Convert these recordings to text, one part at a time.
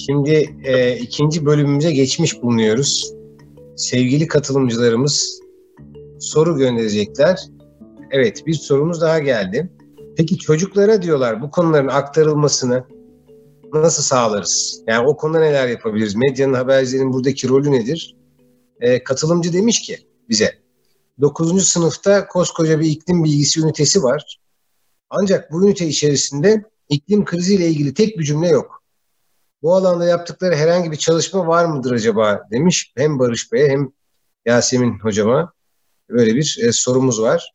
Şimdi ikinci bölümümüze geçmiş bulunuyoruz. Sevgili katılımcılarımız soru gönderecekler. Evet, bir sorumuz daha geldi. Peki çocuklara diyorlar bu konuların aktarılmasını nasıl sağlarız? Yani o konuda neler yapabiliriz? Medyanın, habercilerin buradaki rolü nedir? Katılımcı demiş ki bize, 9. sınıfta koskoca bir iklim bilgisi ünitesi var. Ancak bu ünite içerisinde iklim kriziyle ilgili tek bir cümle yok. Bu alanda yaptıkları herhangi bir çalışma var mıdır acaba demiş. Hem Barış Bey'e hem Yasemin hocama böyle bir sorumuz var.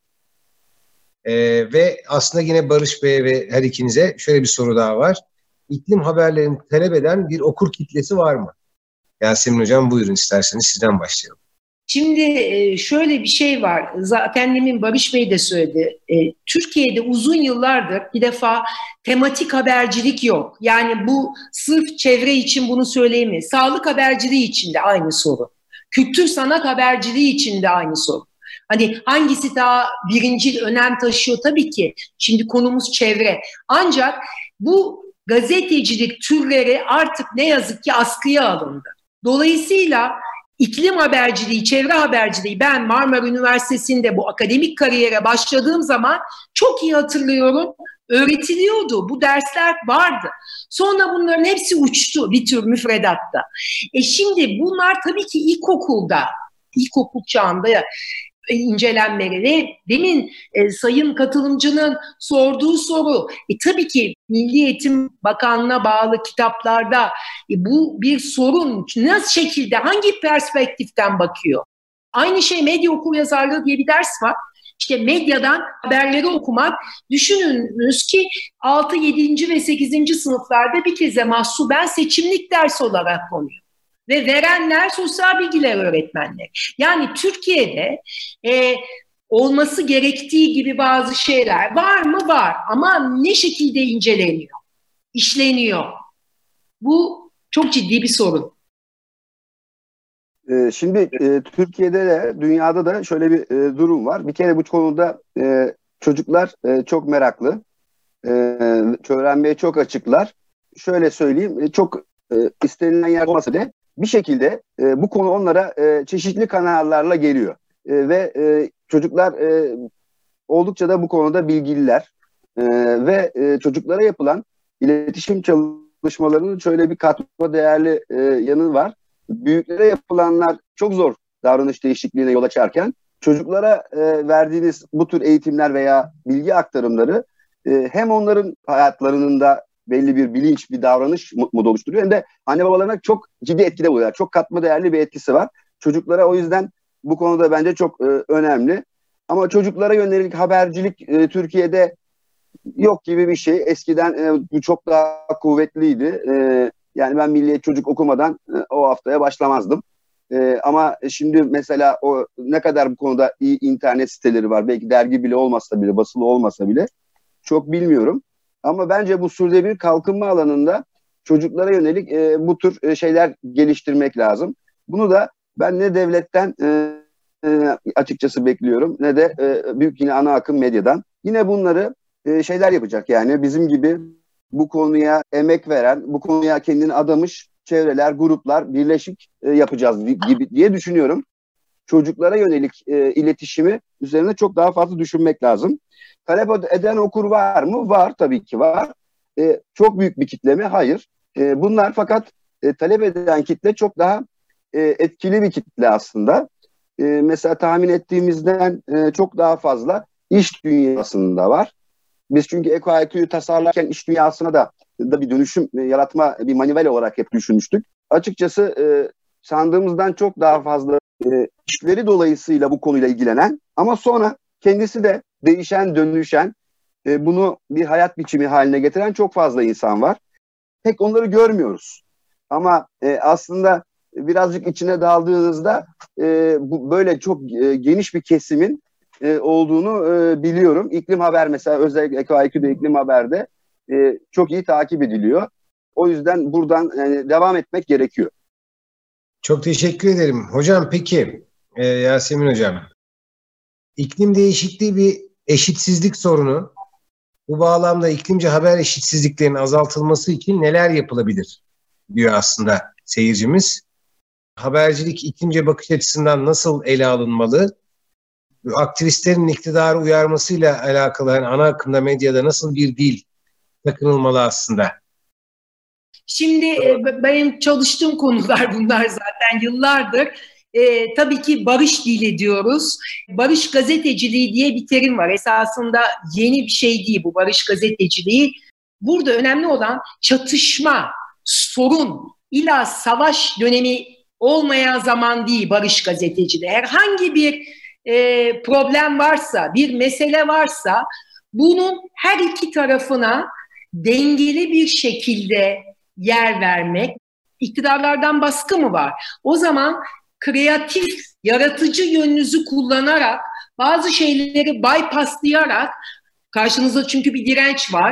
Ve aslında yine Barış Bey'e ve her ikinize şöyle bir soru daha var. İklim haberlerini talep eden bir okur kitlesi var mı? Yasemin hocam buyurun, isterseniz sizden başlayalım. Şimdi şöyle bir şey var. Zaten demin Barış Bey de söyledi. Türkiye'de uzun yıllardır bir defa tematik habercilik yok. Yani bu sırf çevre için bunu söyleyemeyiz. Sağlık haberciliği için de aynı sorun. Kültür sanat haberciliği için de aynı sorun. Hani hangisi daha birincil önem taşıyor? Tabii ki şimdi konumuz çevre. Ancak bu gazetecilik türleri artık ne yazık ki askıya alındı. Dolayısıyla İklim haberciliği, çevre haberciliği, ben Marmara Üniversitesi'nde bu akademik kariyere başladığım zaman çok iyi hatırlıyorum, öğretiliyordu, bu dersler vardı. Sonra bunların hepsi uçtu bir tür müfredatta. Şimdi bunlar tabii ki ilkokul çağında incelenmeli ve demin sayın katılımcının sorduğu soru, tabii ki Milli Eğitim Bakanlığı'na bağlı kitaplarda bu bir sorun. Nasıl şekilde, hangi perspektiften bakıyor? Aynı şey medya okuryazarlığı diye bir ders var. İşte medyadan haberleri okumak, düşününüz ki 6, 7. ve 8. sınıflarda bir keze mahsuben seçimlik ders olarak konuyor. Ve verenler sosyal bilgiler öğretmenleri. Yani Türkiye'de olması gerektiği gibi bazı şeyler var mı? Var. Ama ne şekilde inceleniyor, işleniyor? Bu çok ciddi bir sorun. Şimdi Türkiye'de de dünyada da şöyle bir durum var. Bir kere bu konuda çocuklar çok meraklı. Öğrenmeye çok açıklar. Şöyle söyleyeyim, çok istenilen yer olmasa da bir şekilde bu konu onlara çeşitli kanallarla geliyor. Ve çocuklar oldukça da bu konuda bilgililer. Ve çocuklara yapılan iletişim çalışmalarının şöyle bir katma değerli yanı var. Büyüklere yapılanlar çok zor davranış değişikliğine yol açarken çocuklara verdiğiniz bu tür eğitimler veya bilgi aktarımları hem onların hayatlarının da belli bir bilinç, bir davranış modu oluşturuyor. Hem de anne babalarına çok ciddi etkide buluyor. Çok katma değerli bir etkisi var. Çocuklara o yüzden bu konuda bence çok önemli. Ama çocuklara yönelik habercilik Türkiye'de yok gibi bir şey. Eskiden bu çok daha kuvvetliydi. Yani ben Milliyet Çocuk okumadan o haftaya başlamazdım. Ama şimdi mesela o ne kadar bu konuda iyi internet siteleri var. Belki dergi bile olmasa bile, basılı olmasa bile çok bilmiyorum. Ama bence bu sürdürülebilir kalkınma alanında çocuklara yönelik bu tür şeyler geliştirmek lazım. Bunu da ben ne devletten açıkçası bekliyorum ne de büyük yine ana akım medyadan. Yine bunları şeyler yapacak, yani bizim gibi bu konuya emek veren, bu konuya kendini adamış çevreler, gruplar birleşik yapacağız gibi diye düşünüyorum. Çocuklara yönelik iletişimi üzerine çok daha fazla düşünmek lazım. Talep eden okur var mı? Var, tabii ki var. Çok büyük bir kitle mi? Hayır. Bunlar fakat talep eden kitle çok daha etkili bir kitle aslında. Mesela tahmin ettiğimizden çok daha fazla iş dünyasında var. Biz çünkü EcoIQ'yu tasarlarken iş dünyasına da bir dönüşüm yaratma bir manivela olarak hep düşünmüştük. Açıkçası sandığımızdan çok daha fazla işleri dolayısıyla bu konuyla ilgilenen ama sonra kendisi de değişen, dönüşen, bunu bir hayat biçimi haline getiren çok fazla insan var. Pek onları görmüyoruz. Ama aslında birazcık içine daldığınızda bu böyle çok geniş bir kesimin olduğunu biliyorum. İklim Haber mesela, özellikle EcoIQ'de İklim Haber'de çok iyi takip ediliyor. O yüzden buradan devam etmek gerekiyor. Çok teşekkür ederim. Hocam peki, Yasemin hocam, iklim değişikliği bir eşitsizlik sorunu. Bu bağlamda iklimci haber eşitsizliklerinin azaltılması için neler yapılabilir? diyor aslında seyircimiz. Habercilik ikinci bakış açısından nasıl ele alınmalı? Aktivistlerin iktidarı uyarmasıyla alakalı yani ana akımda medyada nasıl bir dil takınılmalı aslında? Şimdi benim çalıştığım konular bunlar zaten yıllardır. Tabii ki barış dili diyoruz. Barış gazeteciliği diye bir terim var. Esasında yeni bir şey değil bu barış gazeteciliği. Burada önemli olan çatışma, sorun, illa savaş dönemi olmayan zaman değil barış gazeteciliği. Herhangi bir problem varsa, bir mesele varsa bunun her iki tarafına dengeli bir şekilde yer vermek. İktidarlardan baskı mı var? O zaman kreatif, yaratıcı yönünüzü kullanarak, bazı şeyleri bypasslayarak, karşınızda çünkü bir direnç var,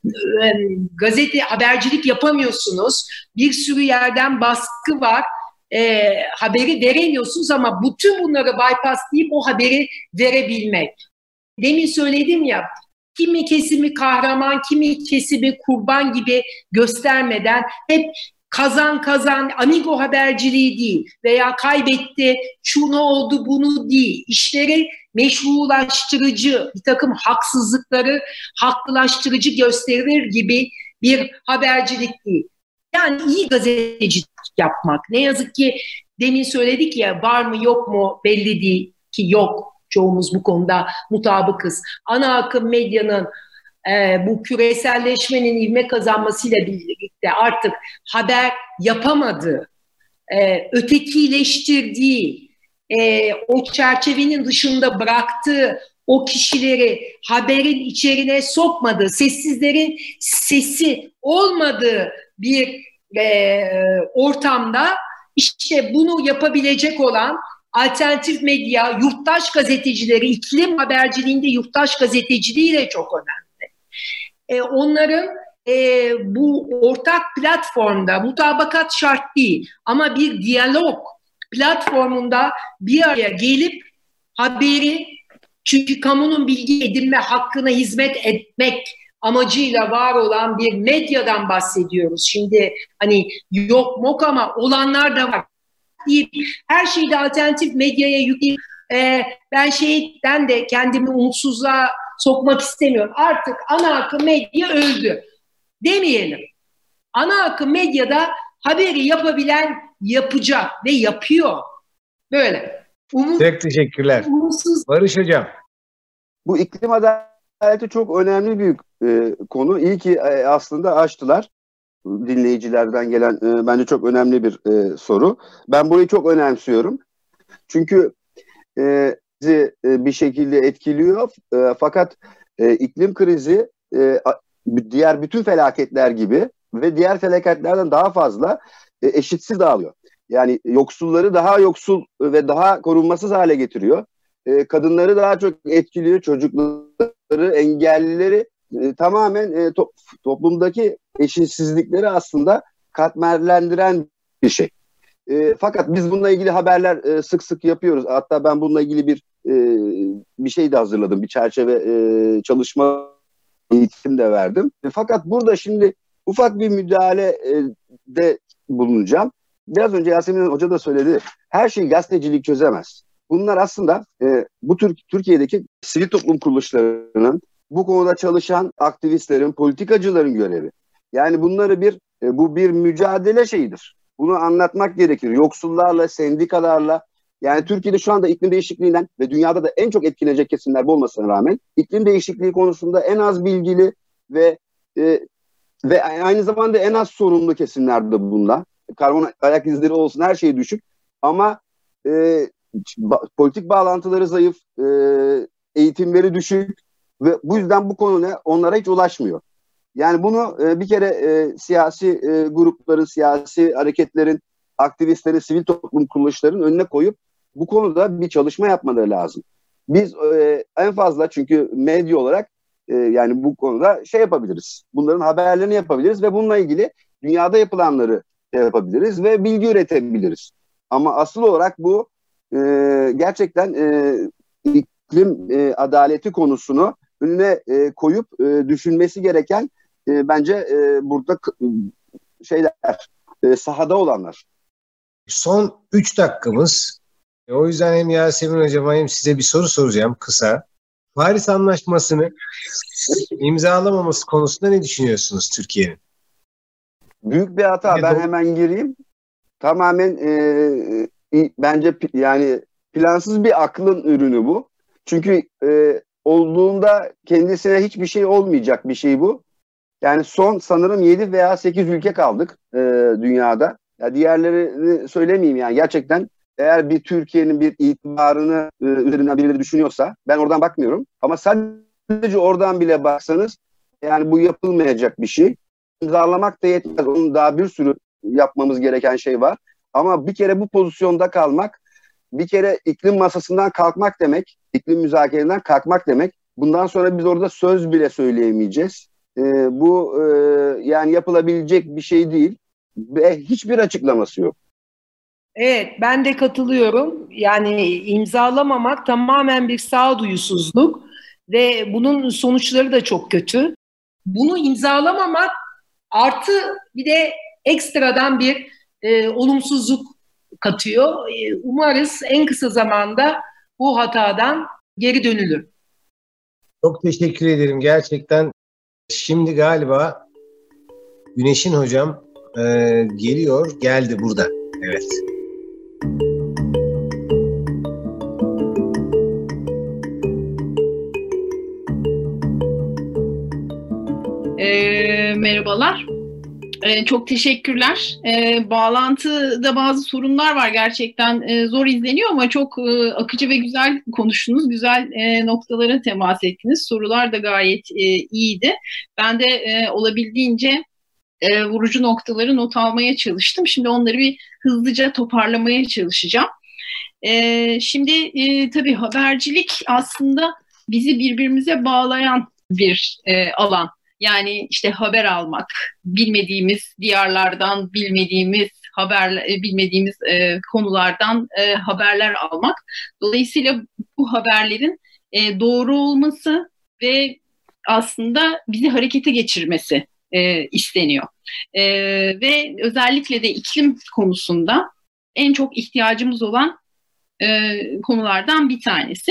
gazete, habercilik yapamıyorsunuz, bir sürü yerden baskı var, haberi veremiyorsunuz ama bütün bunları bypasslayıp o haberi verebilmek. Demin söyledim ya, kimi kesimi kahraman, kimi kesimi kurban gibi göstermeden hep kazan kazan, amigo haberciliği değil veya kaybetti, şunu oldu bunu değil. İşleri meşrulaştırıcı, bir takım haksızlıkları haklılaştırıcı gösterir gibi bir habercilik değil. Yani iyi gazetecilik yapmak. Ne yazık ki demin söyledik ya, var mı yok mu belli değil ki yok. Çoğumuz bu konuda mutabıkız. Ana akım medyanın bu küreselleşmenin ivme kazanmasıyla birlikte artık haber yapamadığı, ötekileştirdiği, o çerçevenin dışında bıraktığı o kişileri haberin içerine sokmadığı, sessizlerin sesi olmadığı bir ortamda işte bunu yapabilecek olan alternatif medya, yurttaş gazetecileri, iklim haberciliğinde yurttaş gazeteciliği de çok önemli. Onların bu ortak platformda mutabakat şart değil ama bir diyalog platformunda bir araya gelip haberi, çünkü kamunun bilgi edinme hakkına hizmet etmek amacıyla var olan bir medyadan bahsediyoruz. Şimdi hani yok mok ama olanlar da var. Her şeyi de alternatif medyaya yükleyip ben şeyden de kendimi umutsuzluğa sokmak istemiyorum. Artık ana akım medya öldü demeyelim. Ana akım medyada haberi yapabilen yapacak ve yapıyor. Böyle. Çok teşekkürler. Barış Hocam. Bu iklim adaleti çok önemli bir konu. İyi ki aslında açtılar. Dinleyicilerden gelen bence çok önemli bir soru. Ben burayı çok önemsiyorum. Çünkü bizi bir şekilde etkiliyor. Fakat iklim krizi diğer bütün felaketler gibi ve diğer felaketlerden daha fazla eşitsiz dağılıyor. Yani yoksulları daha yoksul ve daha korunmasız hale getiriyor. Kadınları daha çok etkiliyor, çocukları, engellileri tamamen toplumdaki eşitsizlikleri aslında katmerlendiren bir şey. Fakat biz bununla ilgili haberler sık sık yapıyoruz. Hatta ben bununla ilgili bir şey de hazırladım. Bir çerçeve çalışma eğitim de verdim. Fakat burada şimdi ufak bir müdahale de bulunacağım. Biraz önce Yasemin Hoca da söyledi. Her şeyi gazetecilik çözemez. Bunlar aslında bu Türkiye'deki sivil toplum kuruluşlarının, bu konuda çalışan aktivistlerin, politikacıların görevi. Yani bunları bu bir mücadele şeyidir. Bunu anlatmak gerekir. Yoksullarla, sendikalarla. Yani Türkiye'de şu anda iklim değişikliğinden ve dünyada da en çok etkilenecek kesimler bu olmasına rağmen iklim değişikliği konusunda en az bilgili ve aynı zamanda en az sorumlu kesimler de bunlar. Karbon ayak izleri olsun, her şey düşük. Ama politik bağlantıları zayıf, eğitimleri düşük ve bu yüzden bu konu onlara hiç ulaşmıyor. Yani bunu bir kere siyasi grupların, siyasi hareketlerin, aktivistlerin, sivil toplum kuruluşlarının önüne koyup bu konuda bir çalışma yapmaları lazım. Biz en fazla çünkü medya olarak yani bu konuda şey yapabiliriz. Bunların haberlerini yapabiliriz ve bununla ilgili dünyada yapılanları yapabiliriz ve bilgi üretebiliriz. Ama asıl olarak bu gerçekten iklim adaleti konusunu önüne koyup düşünmesi gereken bence burada şeyler, sahada olanlar. Son 3 dakikamız. O yüzden hem Yasemin Hocam'a hem size bir soru soracağım kısa. Paris Anlaşması'nı imzalamaması konusunda ne düşünüyorsunuz Türkiye'nin? Büyük bir hata. Ben hemen gireyim. Tamamen bence yani plansız bir aklın ürünü bu. Çünkü olduğunda kendisine hiçbir şey olmayacak bir şey bu. Yani son sanırım 7 veya 8 ülke kaldık dünyada. Ya diğerlerini söylemeyeyim yani gerçekten eğer bir Türkiye'nin bir itibarını üzerinden birileri düşünüyorsa ben oradan bakmıyorum. Ama sadece oradan bile baksanız yani bu yapılmayacak bir şey. İmzalamak da yetmez. Onun daha bir sürü yapmamız gereken şey var. Ama bir kere bu pozisyonda kalmak, bir kere iklim masasından kalkmak demek, iklim müzakerelerinden kalkmak demek. Bundan sonra biz orada söz bile söyleyemeyeceğiz. Bu yani yapılabilecek bir şey değil ve hiçbir açıklaması yok. Evet, ben de katılıyorum. Yani imzalamamak tamamen bir sağduyusuzluk ve bunun sonuçları da çok kötü. Bunu imzalamamak artı bir de ekstradan bir olumsuzluk katıyor. Umarız en kısa zamanda bu hatadan geri dönülür. Çok teşekkür ederim. Gerçekten şimdi galiba Güneşin hocam geldi burada. Evet. Merhabalar. Çok teşekkürler. Bağlantıda bazı sorunlar var. Gerçekten zor izleniyor ama çok akıcı ve güzel konuştunuz. Güzel noktalara temas ettiniz. Sorular da gayet iyiydi. Ben de olabildiğince vurucu noktaları not almaya çalıştım. Şimdi onları bir hızlıca toparlamaya çalışacağım. Şimdi tabii habercilik aslında bizi birbirimize bağlayan bir alan. Yani işte haber almak, bilmediğimiz diyarlardan, bilmediğimiz konulardan haberler almak. Dolayısıyla bu haberlerin doğru olması ve aslında bizi harekete geçirmesi isteniyor. Ve özellikle de iklim konusunda en çok ihtiyacımız olan konulardan bir tanesi.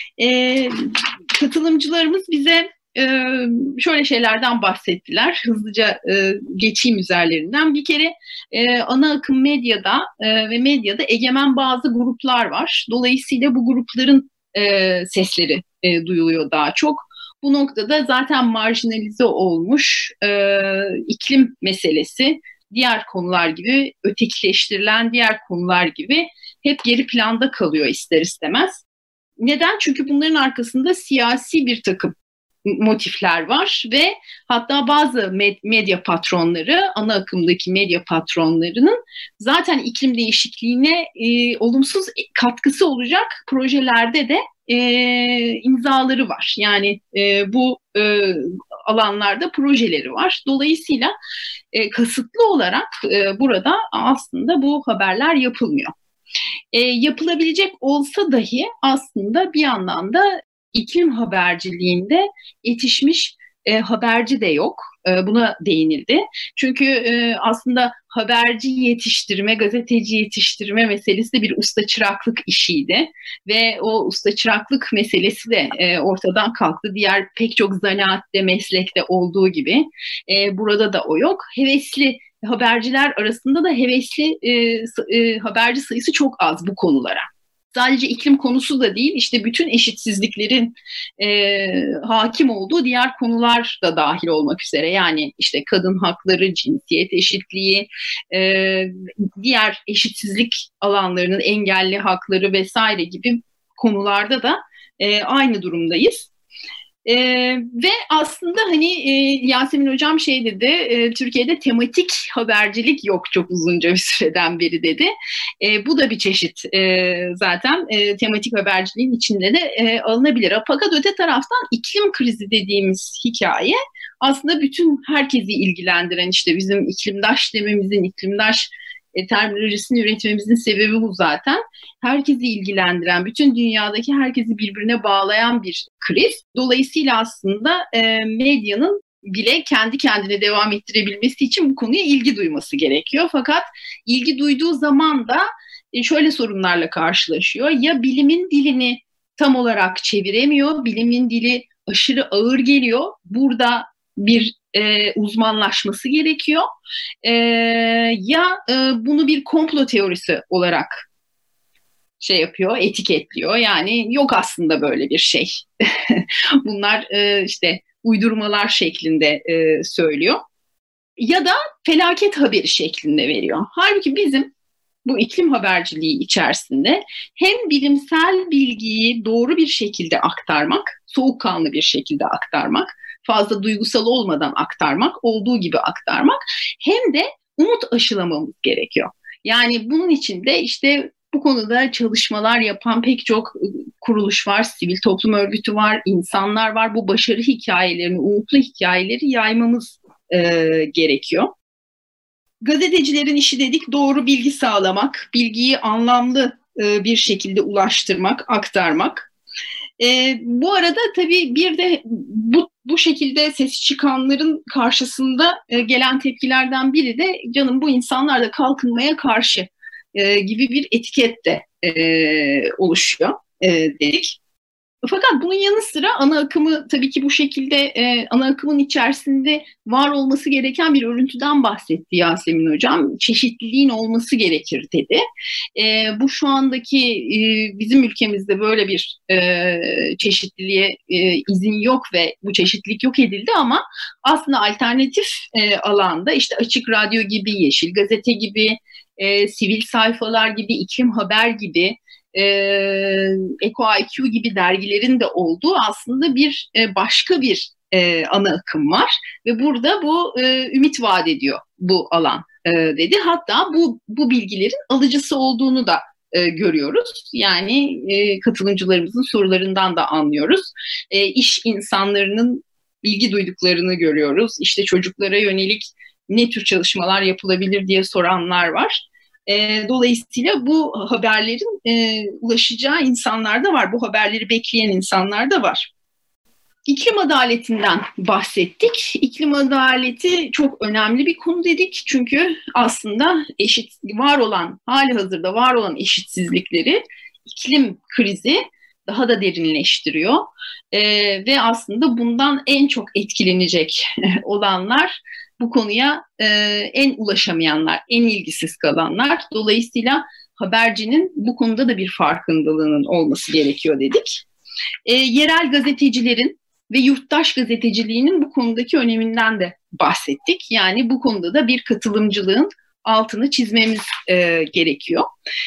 Katılımcılarımız bize şöyle şeylerden bahsettiler. Hızlıca geçeyim üzerlerinden. Bir kere ana akım medyada ve medyada egemen bazı gruplar var. Dolayısıyla bu grupların sesleri duyuluyor daha çok. Bu noktada zaten marjinalize olmuş iklim meselesi, diğer konular gibi, ötekileştirilen diğer konular gibi hep geri planda kalıyor ister istemez. Neden? Çünkü bunların arkasında siyasi bir takım motifler var ve hatta bazı medya patronları, ana akımdaki medya patronlarının zaten iklim değişikliğine olumsuz katkısı olacak projelerde de imzaları var. Yani bu alanlarda projeleri var. Dolayısıyla kasıtlı olarak burada aslında bu haberler yapılmıyor. Yapılabilecek olsa dahi aslında bir yandan da iklim haberciliğinde yetişmiş haberci de yok. Buna değinildi. Çünkü aslında haberci yetiştirme, gazeteci yetiştirme meselesi de bir usta çıraklık işiydi. Ve o usta çıraklık meselesi de ortadan kalktı. Diğer pek çok zanaatte, meslekte olduğu gibi burada da o yok. Hevesli haberciler arasında da hevesli haberci sayısı çok az bu konulara. Sadece iklim konusu da değil, işte bütün eşitsizliklerin hakim olduğu diğer konular da dahil olmak üzere. Yani işte kadın hakları, cinsiyet eşitliği, diğer eşitsizlik alanlarının engelli hakları vesaire gibi konularda da aynı durumdayız. Ve aslında hani Yasemin Hocam şey dedi, Türkiye'de tematik habercilik yok çok uzunca bir süreden beri dedi. Bu da bir çeşit zaten tematik haberciliğin içinde de alınabilir. Fakat öte taraftan iklim krizi dediğimiz hikaye aslında bütün herkesi ilgilendiren, işte bizim iklimdaş dememizin, iklimdaş terminolojisini üretmemizin sebebi bu zaten. Herkesi ilgilendiren, bütün dünyadaki herkesi birbirine bağlayan bir kriz. Dolayısıyla aslında medyanın bile kendi kendine devam ettirebilmesi için bu konuya ilgi duyması gerekiyor. Fakat ilgi duyduğu zaman da şöyle sorunlarla karşılaşıyor. Ya bilimin dilini tam olarak çeviremiyor, bilimin dili aşırı ağır geliyor. Burada bir uzmanlaşması gerekiyor. Bunu bir komplo teorisi olarak yapıyor, etiketliyor. Yani yok aslında böyle bir şey. Bunlar işte uydurmalar şeklinde söylüyor. Ya da felaket haberi şeklinde veriyor. Halbuki bizim bu iklim haberciliği içerisinde hem bilimsel bilgiyi doğru bir şekilde aktarmak, soğukkanlı bir şekilde aktarmak, fazla duygusal olmadan aktarmak, olduğu gibi aktarmak, hem de umut aşılamamız gerekiyor. Yani bunun için de işte bu konuda çalışmalar yapan pek çok kuruluş var, sivil toplum örgütü var, insanlar var. Bu başarı hikayelerini, umutlu hikayeleri yaymamız gerekiyor. Gazetecilerin işi dedik doğru bilgi sağlamak, bilgiyi anlamlı bir şekilde ulaştırmak, aktarmak. Bu arada tabii bir de bu şekilde sesi çıkanların karşısında gelen tepkilerden biri de canım bu insanlar da kalkınmaya karşı gibi bir etiket de oluşuyor dedik. Fakat bunun yanı sıra ana akımı tabii ki bu şekilde ana akımın içerisinde var olması gereken bir örüntüden bahsetti Yasemin Hocam. Çeşitliliğin olması gerekir dedi. Bu şu andaki bizim ülkemizde böyle bir çeşitliliğe izin yok ve bu çeşitlilik yok edildi ama aslında alternatif alanda işte Açık Radyo gibi, Yeşil Gazete gibi, sivil sayfalar gibi, iklim haber gibi, Eko IQ gibi dergilerin de olduğu aslında bir başka bir ana akım var ve burada bu ümit vaat ediyor bu alan dedi. Hatta bu bilgilerin alıcısı olduğunu da görüyoruz. Yani katılımcılarımızın sorularından da anlıyoruz. İş insanlarının ilgi duyduklarını görüyoruz. İşte çocuklara yönelik ne tür çalışmalar yapılabilir diye soranlar var. Dolayısıyla bu haberlerin ulaşacağı insanlar da var. Bu haberleri bekleyen insanlar da var. İklim adaletinden bahsettik. İklim adaleti çok önemli bir konu dedik. Çünkü aslında halihazırda var olan eşitsizlikleri iklim krizi daha da derinleştiriyor. Ve aslında bundan en çok etkilenecek olanlar bu konuya en ulaşamayanlar, en ilgisiz kalanlar. Dolayısıyla habercinin bu konuda da bir farkındalığının olması gerekiyor dedik. Yerel gazetecilerin ve yurttaş gazeteciliğinin bu konudaki öneminden de bahsettik. Yani bu konuda da bir katılımcılığın altını çizmemiz gerekiyor.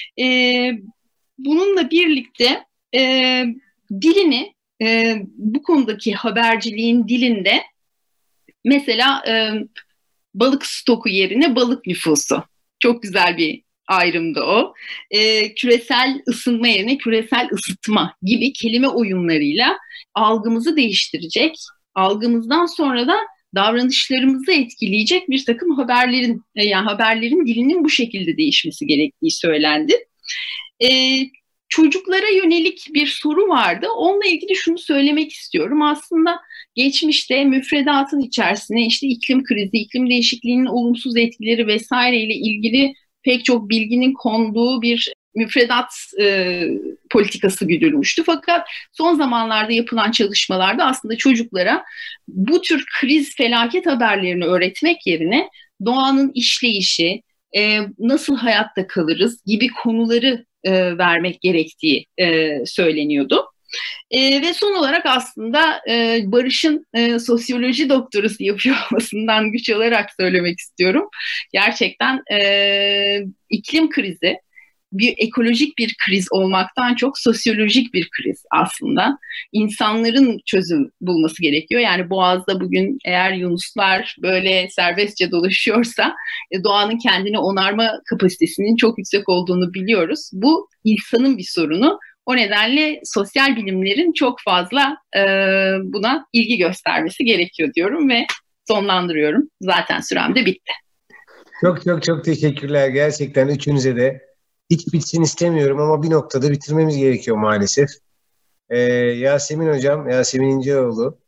Bununla birlikte dilini bu konudaki haberciliğin dilinde mesela balık stoku yerine balık nüfusu. Çok güzel bir ayrımdı o. Küresel ısınma yerine küresel ısıtma gibi kelime oyunlarıyla algımızı değiştirecek, algımızdan sonra da davranışlarımızı etkileyecek bir takım haberlerin dilinin bu şekilde değişmesi gerektiği söylendi. Çocuklara yönelik bir soru vardı. Onunla ilgili şunu söylemek istiyorum. Aslında geçmişte müfredatın içerisine işte iklim krizi, iklim değişikliğinin olumsuz etkileri vesaireyle ilgili pek çok bilginin konduğu bir müfredat politikası güdülmüştü. Fakat son zamanlarda yapılan çalışmalarda aslında çocuklara bu tür kriz, felaket haberlerini öğretmek yerine doğanın işleyişi, nasıl hayatta kalırız gibi konuları vermek gerektiği söyleniyordu. Ve son olarak aslında Barış'ın sosyoloji doktorası yapıyor olmasından güç alarak söylemek istiyorum. Gerçekten iklim krizi bir ekolojik bir kriz olmaktan çok sosyolojik bir kriz aslında. İnsanların çözüm bulması gerekiyor. Yani Boğaz'da bugün eğer yunuslar böyle serbestçe dolaşıyorsa doğanın kendini onarma kapasitesinin çok yüksek olduğunu biliyoruz. Bu insanın bir sorunu. O nedenle sosyal bilimlerin çok fazla buna ilgi göstermesi gerekiyor diyorum ve sonlandırıyorum. Zaten sürem de bitti. Çok teşekkürler. Gerçekten üçünüze de. Hiç bitsin istemiyorum ama bir noktada bitirmemiz gerekiyor maalesef. Yasemin Hocam, Yasemin İnceoğlu,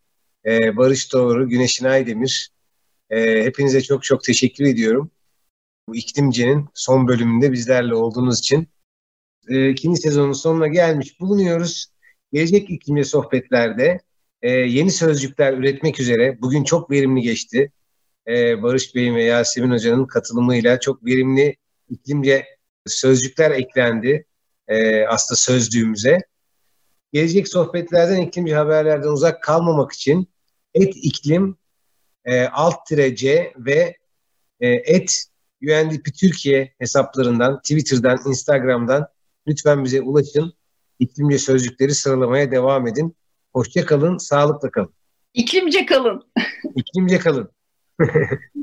Barış Doğru, Güneşin Aydemir. Hepinize çok çok teşekkür ediyorum. Bu İklimce'nin son bölümünde bizlerle olduğunuz için. İkinci sezonun sonuna gelmiş bulunuyoruz. Gelecek İklimce sohbetlerde yeni sözcükler üretmek üzere. Bugün çok verimli geçti. Barış Bey'in ve Yasemin Hoca'nın katılımıyla çok verimli İklimce sözcükler eklendi aslında sözlüğümüze. Gelecek sohbetlerden, iklimci haberlerden uzak kalmamak için @iklim _c ve @UNDP Türkiye hesaplarından, Twitter'dan, Instagram'dan lütfen bize ulaşın. İklimce sözcükleri sıralamaya devam edin. Hoşça kalın, sağlıkla kalın. İklimce kalın. İklimce kalın.